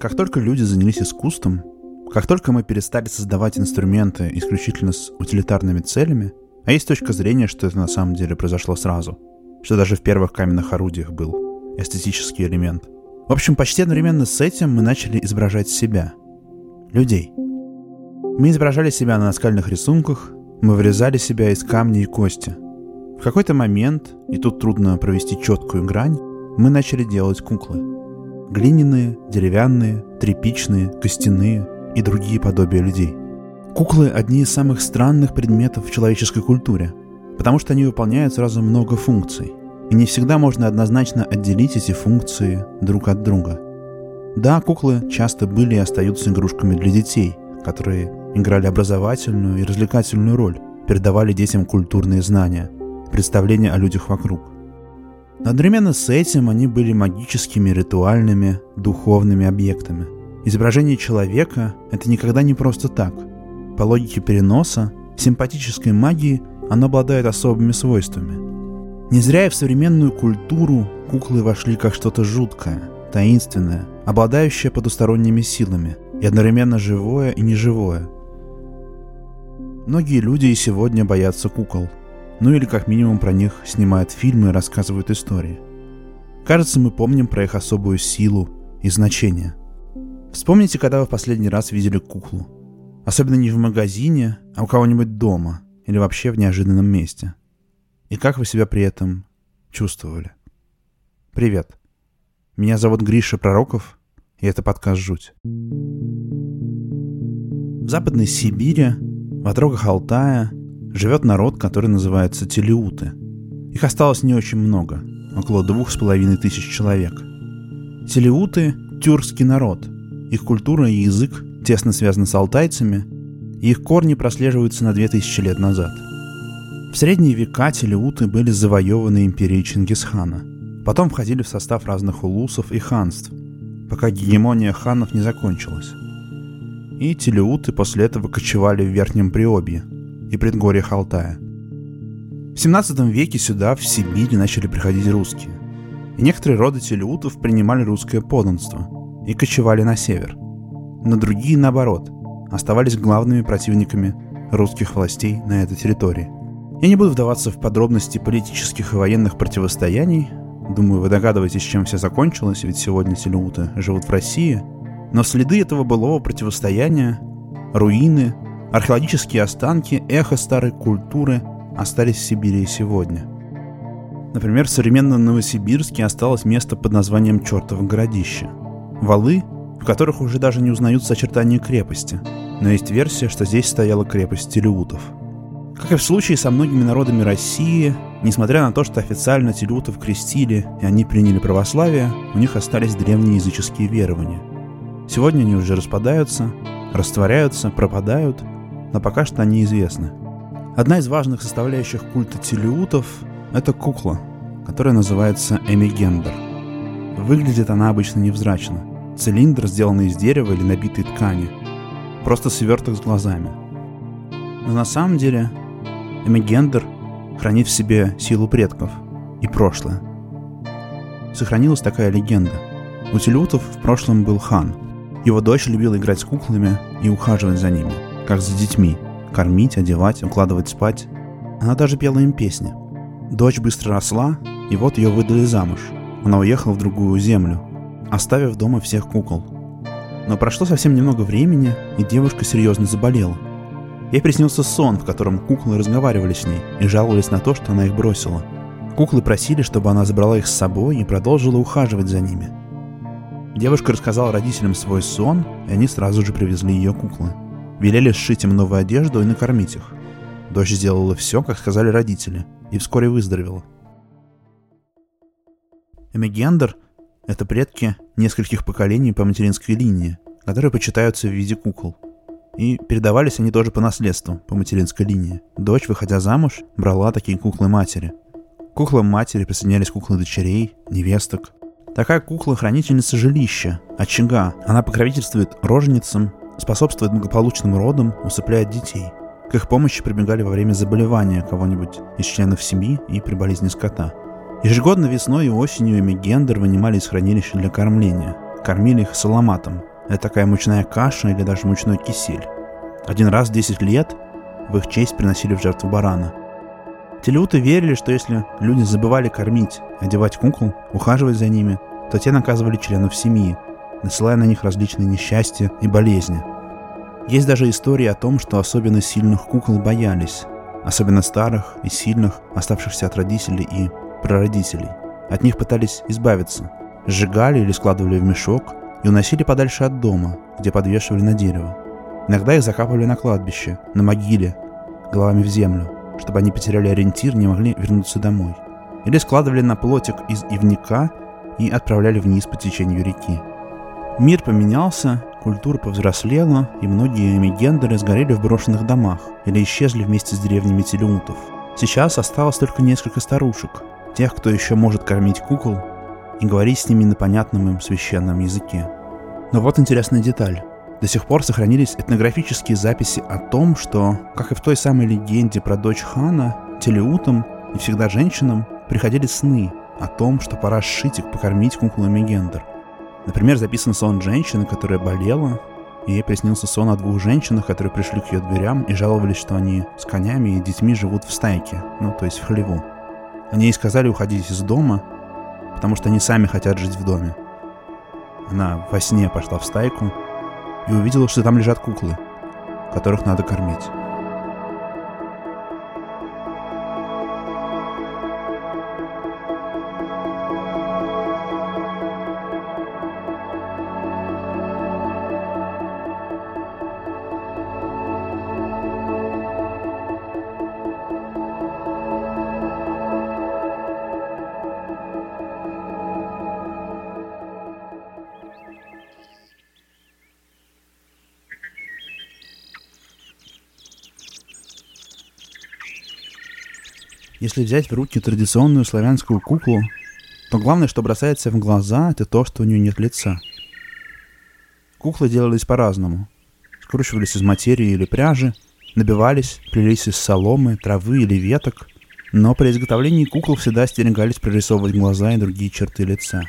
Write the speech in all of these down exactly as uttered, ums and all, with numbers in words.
Как только люди занялись искусством, как только мы перестали создавать инструменты исключительно с утилитарными целями, а есть точка зрения, что это на самом деле произошло сразу, что даже в первых каменных орудиях был эстетический элемент. В общем, почти одновременно с этим мы начали изображать себя, людей. Мы изображали себя на наскальных рисунках, мы вырезали себя из камня и кости. В какой-то момент, и тут трудно провести четкую грань, мы начали делать куклы. Глиняные, деревянные, тряпичные, костяные и другие подобия людей. Куклы – одни из самых странных предметов в человеческой культуре, потому что они выполняют сразу много функций, и не всегда можно однозначно отделить эти функции друг от друга. Да, куклы часто были и остаются игрушками для детей, которые играли образовательную и развлекательную роль, передавали детям культурные знания, представления о людях вокруг. Но одновременно с этим они были магическими, ритуальными, духовными объектами. Изображение человека – это никогда не просто так. По логике переноса, симпатической магии оно обладает особыми свойствами. Не зря и в современную культуру куклы вошли как что-то жуткое, таинственное, обладающее потусторонними силами, и одновременно живое и неживое. Многие люди и сегодня боятся кукол. Ну или как минимум про них снимают фильмы и рассказывают истории. Кажется, мы помним про их особую силу и значение. Вспомните, когда вы в последний раз видели куклу. Особенно не в магазине, а у кого-нибудь дома или вообще в неожиданном месте. И как вы себя при этом чувствовали? Привет. Меня зовут Гриша Пророков, и это подкаст «Жуть». В Западной Сибири, в отрогах Алтая, живет народ, который называется телеуты. Их осталось не очень много, около двух с половиной тысяч человек. Телеуты – тюркский народ. Их культура и язык тесно связаны с алтайцами, и их корни прослеживаются на две тысячи лет назад. В средние века телеуты были завоеваны империей Чингисхана. Потом входили в состав разных улусов и ханств, пока гегемония ханов не закончилась. И телеуты после этого кочевали в Верхнем Приобье и предгорьях Алтая. В семнадцатом веке сюда, в Сибирь, начали приходить русские. И некоторые роды телеутов принимали русское подданство и кочевали на север. Но другие, наоборот, оставались главными противниками русских властей на этой территории. Я не буду вдаваться в подробности политических и военных противостояний. Думаю, вы догадываетесь, чем все закончилось, ведь сегодня телеуты живут в России. Но следы этого былого противостояния, руины, археологические останки, эхо старой культуры остались в Сибири и сегодня. Например, в современном Новосибирске осталось место под названием Чертово городище. Валы, в которых уже даже не узнаются очертания крепости, но есть версия, что здесь стояла крепость телеутов. Как и в случае со многими народами России, несмотря на то, что официально телеутов крестили и они приняли православие, у них остались древние языческие верования. Сегодня они уже распадаются, растворяются, пропадают, но пока что они известны. Одна из важных составляющих культа телеутов – это кукла, которая называется эмигендер. Выглядит она обычно невзрачно. Цилиндр, сделанный из дерева или набитой ткани. Просто сверток с глазами. Но на самом деле эмигендер хранит в себе силу предков и прошлое. Сохранилась такая легенда. У телеутов в прошлом был хан. Его дочь любила играть с куклами и ухаживать за ними, как за детьми, кормить, одевать, укладывать спать. Она даже пела им песни. Дочь быстро росла, и вот ее выдали замуж. Она уехала в другую землю, оставив дома всех кукол. Но прошло совсем немного времени, и девушка серьезно заболела. Ей приснился сон, в котором куклы разговаривали с ней и жаловались на то, что она их бросила. Куклы просили, чтобы она забрала их с собой и продолжила ухаживать за ними. Девушка рассказала родителям свой сон, и они сразу же привезли ее куклы. Велели сшить им новую одежду и накормить их. Дочь сделала все, как сказали родители, и вскоре выздоровела. Эмигендер – это предки нескольких поколений по материнской линии, которые почитаются в виде кукол. И передавались они тоже по наследству, по материнской линии. Дочь, выходя замуж, брала такие куклы матери. К куклам матери присоединялись куклы дочерей, невесток. Такая кукла – хранительница жилища, очага. Она покровительствует роженицам, способствует благополучным родам, усыпляет детей. К их помощи прибегали во время заболевания кого-нибудь из членов семьи и при болезни скота. Ежегодно весной и осенью эмигендер вынимали из хранилища для кормления. Кормили их соломатом, Это такая мучная каша или даже мучной кисель. Один раз в десять лет в их честь приносили в жертву барана. Телеуты верили, что если люди забывали кормить, одевать кукол, ухаживать за ними, то те наказывали членов семьи, насылая на них различные несчастья и болезни. Есть даже истории о том, что особенно сильных кукол боялись, особенно старых и сильных, оставшихся от родителей и прародителей. От них пытались избавиться, сжигали или складывали в мешок и уносили подальше от дома, где подвешивали на дерево. Иногда их закапывали на кладбище, на могиле, головами в землю, чтобы они потеряли ориентир и не могли вернуться домой. Или складывали на плотик из ивника и отправляли вниз по течению реки. Мир поменялся, культура повзрослела, и многие мегендеры сгорели в брошенных домах или исчезли вместе с деревнями телеутов. Сейчас осталось только несколько старушек, тех, кто еще может кормить кукол и говорить с ними на понятном им священном языке. Но вот интересная деталь. До сих пор сохранились этнографические записи о том, что, как и в той самой легенде про дочь хана, телеутам и всегда женщинам приходили сны о том, что пора сшить и покормить куклу Мегендер. Например, записан сон женщины, которая болела, и ей приснился сон о двух женщинах, которые пришли к ее дверям и жаловались, что они с конями и детьми живут в стайке, ну, то есть в хлеву. Они ей сказали уходить из дома, потому что они сами хотят жить в доме. Она во сне пошла в стайку и увидела, что там лежат куклы, которых надо кормить. Если взять в руки традиционную славянскую куклу, то главное, что бросается в глаза, это то, что у нее нет лица. Куклы делались по-разному. Скручивались из материи или пряжи, набивались, плелись из соломы, травы или веток, но при изготовлении кукол всегда остерегались прорисовывать глаза и другие черты лица.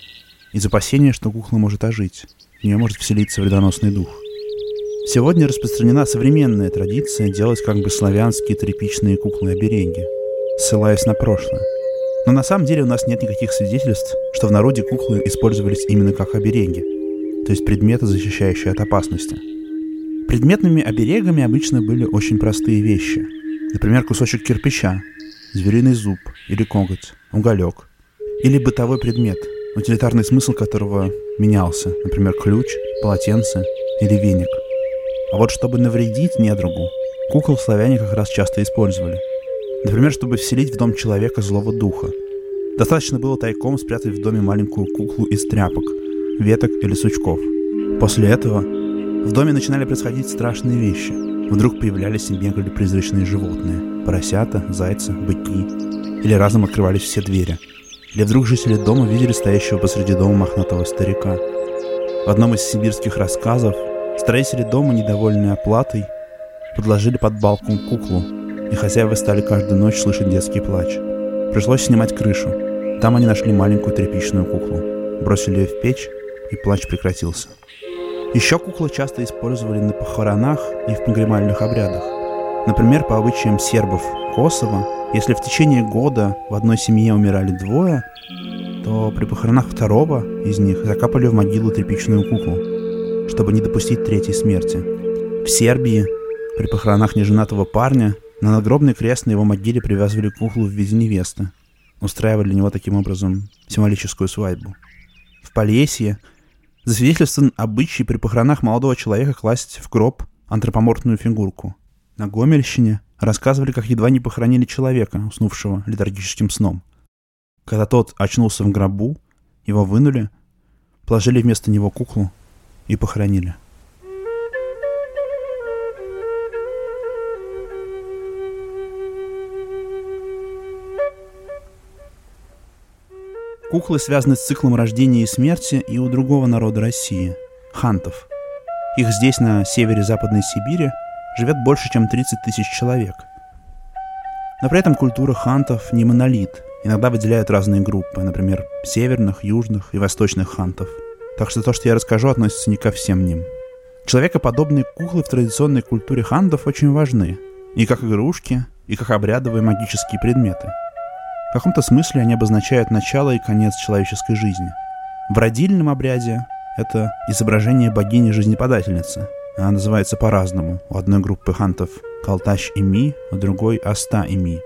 Из опасения, что кукла может ожить, в нее может вселиться вредоносный дух. Сегодня распространена современная традиция делать как бы славянские тряпичные куклы-обереги, ссылаясь на прошлое. Но на самом деле у нас нет никаких свидетельств, что в народе куклы использовались именно как обереги, то есть предметы, защищающие от опасности. Предметными оберегами обычно были очень простые вещи. Например, кусочек кирпича, звериный зуб или коготь, уголек. Или бытовой предмет, утилитарный смысл которого менялся, например, ключ, полотенце или веник. А вот чтобы навредить недругу, кукол славяне как раз часто использовали. Например, чтобы вселить в дом человека злого духа. Достаточно было тайком спрятать в доме маленькую куклу из тряпок, веток или сучков. После этого в доме начинали происходить страшные вещи. Вдруг появлялись и бегали призрачные животные. Поросята, зайцы, быки. Или разом открывались все двери. Или вдруг жители дома видели стоящего посреди дома мохнатого старика. В одном из сибирских рассказов строители дома, недовольные оплатой, подложили под балку куклу, и хозяева стали каждую ночь слышать детский плач. Пришлось снимать крышу. Там они нашли маленькую тряпичную куклу, бросили ее в печь, и плач прекратился. Еще куклы часто использовали на похоронах и в погребальных обрядах. Например, по обычаям сербов Косово, если в течение года в одной семье умирали двое, то при похоронах второго из них закапали в могилу тряпичную куклу, чтобы не допустить третьей смерти. В Сербии при похоронах неженатого парня на надгробный крест на его могиле привязывали куклу в виде невесты, устраивали для него таким образом символическую свадьбу. В Полесье засвидетельствован обычай при похоронах молодого человека класть в гроб антропоморфную фигурку. На Гомельщине рассказывали, как едва не похоронили человека, уснувшего летаргическим сном. Когда тот очнулся в гробу, его вынули, положили вместо него куклу и похоронили. Куклы связаны с циклом рождения и смерти и у другого народа России – хантов. Их здесь, на севере Западной Сибири, живет больше, чем тридцать тысяч человек. Но при этом культура хантов не монолит. Иногда выделяют разные группы, например, северных, южных и восточных хантов. так что то, что я расскажу, относится не ко всем ним. Человекоподобные куклы в традиционной культуре хантов очень важны. И как игрушки, и как обрядовые магические предметы. В каком-то смысле они обозначают начало и конец человеческой жизни. В родильном обряде это изображение богини-жизнеподательницы. Она называется по-разному. У одной группы хантов Калташ-Ими, у другой Аста-Ими.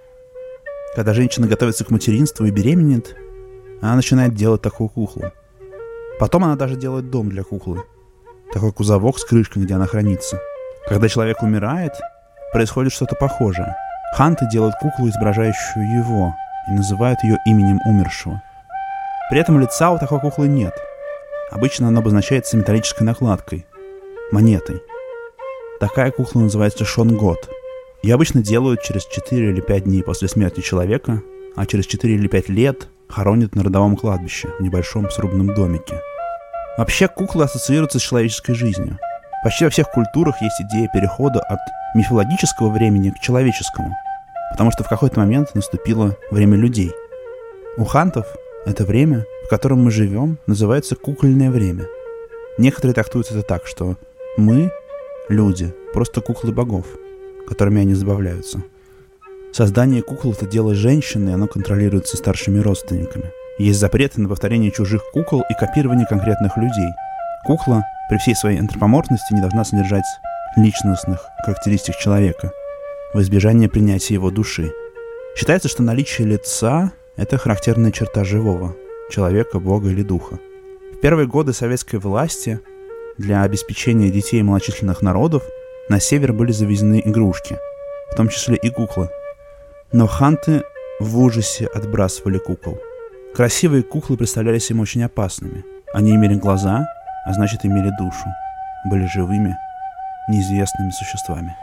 Когда женщина готовится к материнству и беременеет, она начинает делать такую куклу. Потом она даже делает дом для куклы. Такой кузовок с крышкой, где она хранится. Когда человек умирает, происходит что-то похожее. Ханты делают куклу, изображающую его, и называют ее именем умершего. При этом лица у такой куклы нет. Обычно она обозначается металлической накладкой, монетой. Такая кукла называется шонгот. Ее обычно делают через четыре или пять дней после смерти человека, а через четыре или пять лет хоронят на родовом кладбище в небольшом срубном домике. Вообще куклы ассоциируются с человеческой жизнью. Почти во всех культурах есть идея перехода от мифологического времени к человеческому, потому что в какой-то момент наступило время людей. У хантов это время, в котором мы живем, называется кукольное время. Некоторые трактуют это так, что мы, люди, просто куклы богов, которыми они забавляются. Создание кукол — это дело женщины, и оно контролируется старшими родственниками. Есть запреты на повторение чужих кукол и копирование конкретных людей. Кукла при всей своей антропоморфности не должна содержать личностных характеристик человека, в избежание принятия его души. Считается, что наличие лица — это характерная черта живого человека, бога или духа. В первые годы советской власти для обеспечения детей малочисленных народов на север были завезены игрушки, в том числе и куклы. Но ханты в ужасе отбрасывали кукол. Красивые куклы представлялись им очень опасными. Они имели глаза, а значит имели душу, были живыми, неизвестными существами.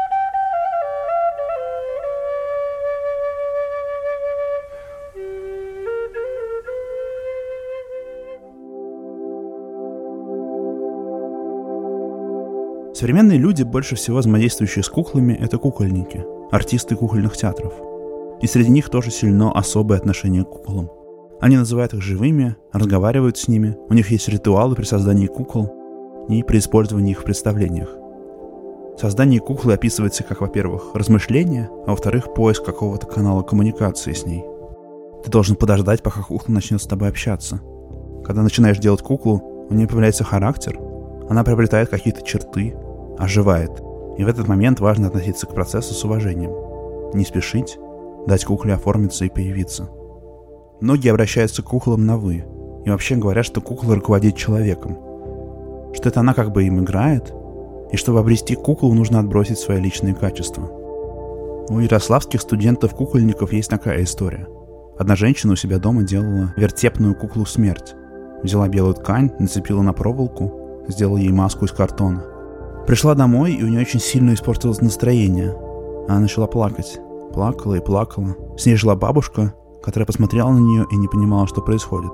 Современные люди, больше всего взаимодействующие с куклами, это кукольники, артисты кукольных театров. И среди них тоже сильно особое отношение к куклам. Они называют их живыми, разговаривают с ними, у них есть ритуалы при создании кукол и при использовании их в представлениях. Создание куклы описывается как, во-первых, размышление, а во-вторых, поиск какого-то канала коммуникации с ней. Ты должен подождать, пока кукла начнет с тобой общаться. Когда начинаешь делать куклу, у нее появляется характер, она приобретает какие-то черты, оживает. И в этот момент важно относиться к процессу с уважением. Не спешить, дать кукле оформиться и появиться. Многие обращаются к куклам на «вы» и вообще говорят, что кукла руководит человеком, что это она как бы им играет, и чтобы обрести куклу, нужно отбросить свои личные качества. У ярославских студентов-кукольников есть такая история. Одна женщина у себя дома делала вертепную куклу «Смерть». Взяла белую ткань, нацепила на проволоку, сделала ей маску из картона. Пришла домой, и у нее очень сильно испортилось настроение. Она начала плакать. Плакала и плакала. С ней жила бабушка, которая посмотрела на нее и не понимала, что происходит.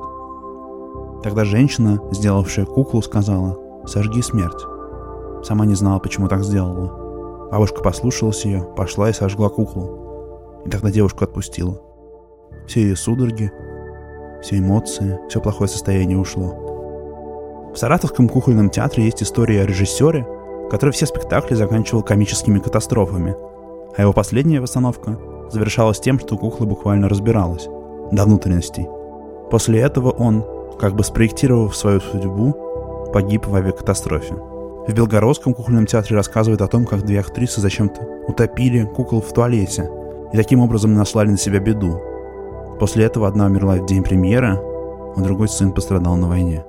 Тогда женщина, сделавшая куклу, сказала: «Сожги смерть». Сама не знала, почему так сделала. Бабушка послушалась ее, пошла и сожгла куклу. И тогда девушку отпустила. Все ее судороги, все эмоции, все плохое состояние ушло. В Саратовском кукольном театре есть история о режиссере, который все спектакли заканчивал комическими катастрофами, а его последняя постановка завершалась тем, что кукла буквально разбиралась до внутренностей. После этого он, как бы спроектировав свою судьбу, погиб в авиакатастрофе. В Белгородском кукольном театре рассказывают о том, как две актрисы зачем-то утопили кукол в туалете и таким образом наслали на себя беду. После этого одна умерла в день премьеры, а другой сын пострадал на войне.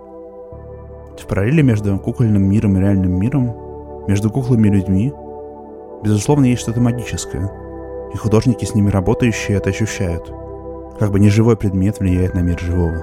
В параллели между кукольным миром и реальным миром, между куклами и людьми, безусловно, есть что-то магическое, и художники, с ними работающие, это ощущают. Как бы неживой предмет влияет на мир живого.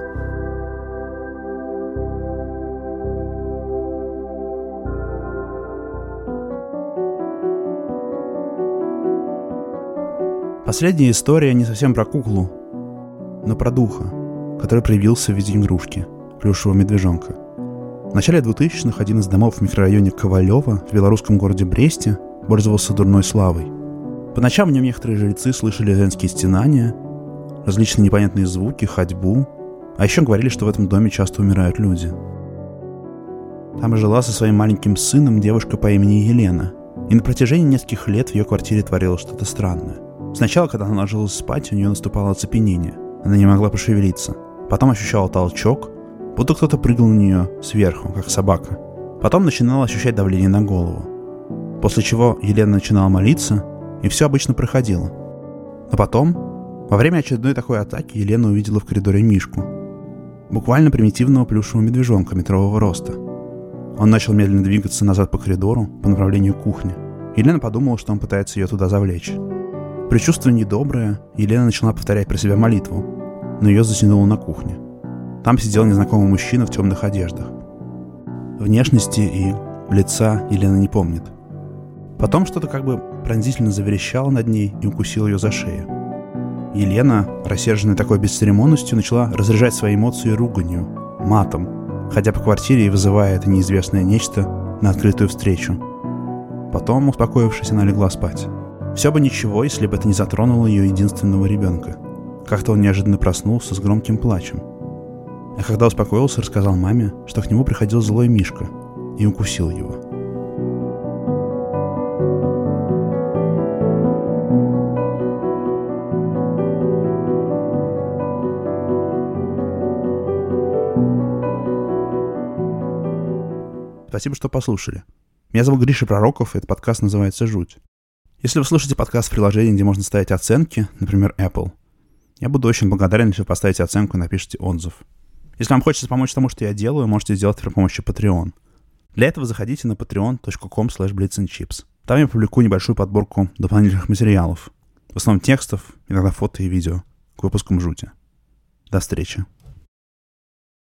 Последняя история не совсем про куклу, но про духа, который проявился в виде игрушки, плюшевого медвежонка. В начале двухтысячных один из домов в микрорайоне Ковалева в белорусском городе Бресте пользовался дурной славой. По ночам в нем некоторые жильцы слышали женские стенания, различные непонятные звуки, ходьбу, а еще говорили, что в этом доме часто умирают люди. Там жила со своим маленьким сыном девушка по имени Елена. И на протяжении нескольких лет в ее квартире творилось что-то странное. Сначала, когда она ложилась спать, у нее наступало оцепенение. Она не могла пошевелиться. Потом ощущала толчок, будто кто-то прыгал на нее сверху, как собака. Потом начинала ощущать давление на голову. После чего Елена начинала молиться, и все обычно проходило. Но потом, во время очередной такой атаки, Елена увидела в коридоре Мишку. Буквально примитивного плюшевого медвежонка метрового роста. Он начал медленно двигаться назад по коридору, по направлению кухни. Елена подумала, что он пытается ее туда завлечь. Предчувствие недоброе, Елена начала повторять про себя молитву, но ее затянуло на кухне. Там сидел незнакомый мужчина в темных одеждах. Внешности и лица Елена не помнит. Потом что-то как бы пронзительно заверещало над ней и укусило ее за шею. Елена, рассерженная такой бесцеремонностью, начала разряжать свои эмоции руганью, матом, ходя по квартире и вызывая это неизвестное нечто на открытую встречу. Потом, успокоившись, она легла спать. Все бы ничего, если бы это не затронуло ее единственного ребенка. Как-то он неожиданно проснулся с громким плачем. А когда успокоился, рассказал маме, что к нему приходил злой Мишка и укусил его. Спасибо, что послушали. Меня зовут Гриша Пророков, и этот подкаст называется «Жуть». Если вы слушаете подкаст в приложении, где можно ставить оценки, например, Apple, я буду очень благодарен, если вы поставите оценку и напишите отзыв. Если вам хочется помочь тому, что я делаю, можете сделать при помощи Patreon. Для этого заходите на patreon точка com слэш blitz and chips. Там я публикую небольшую подборку дополнительных материалов. В основном текстов, иногда фото и видео к выпускам «Жути». До встречи.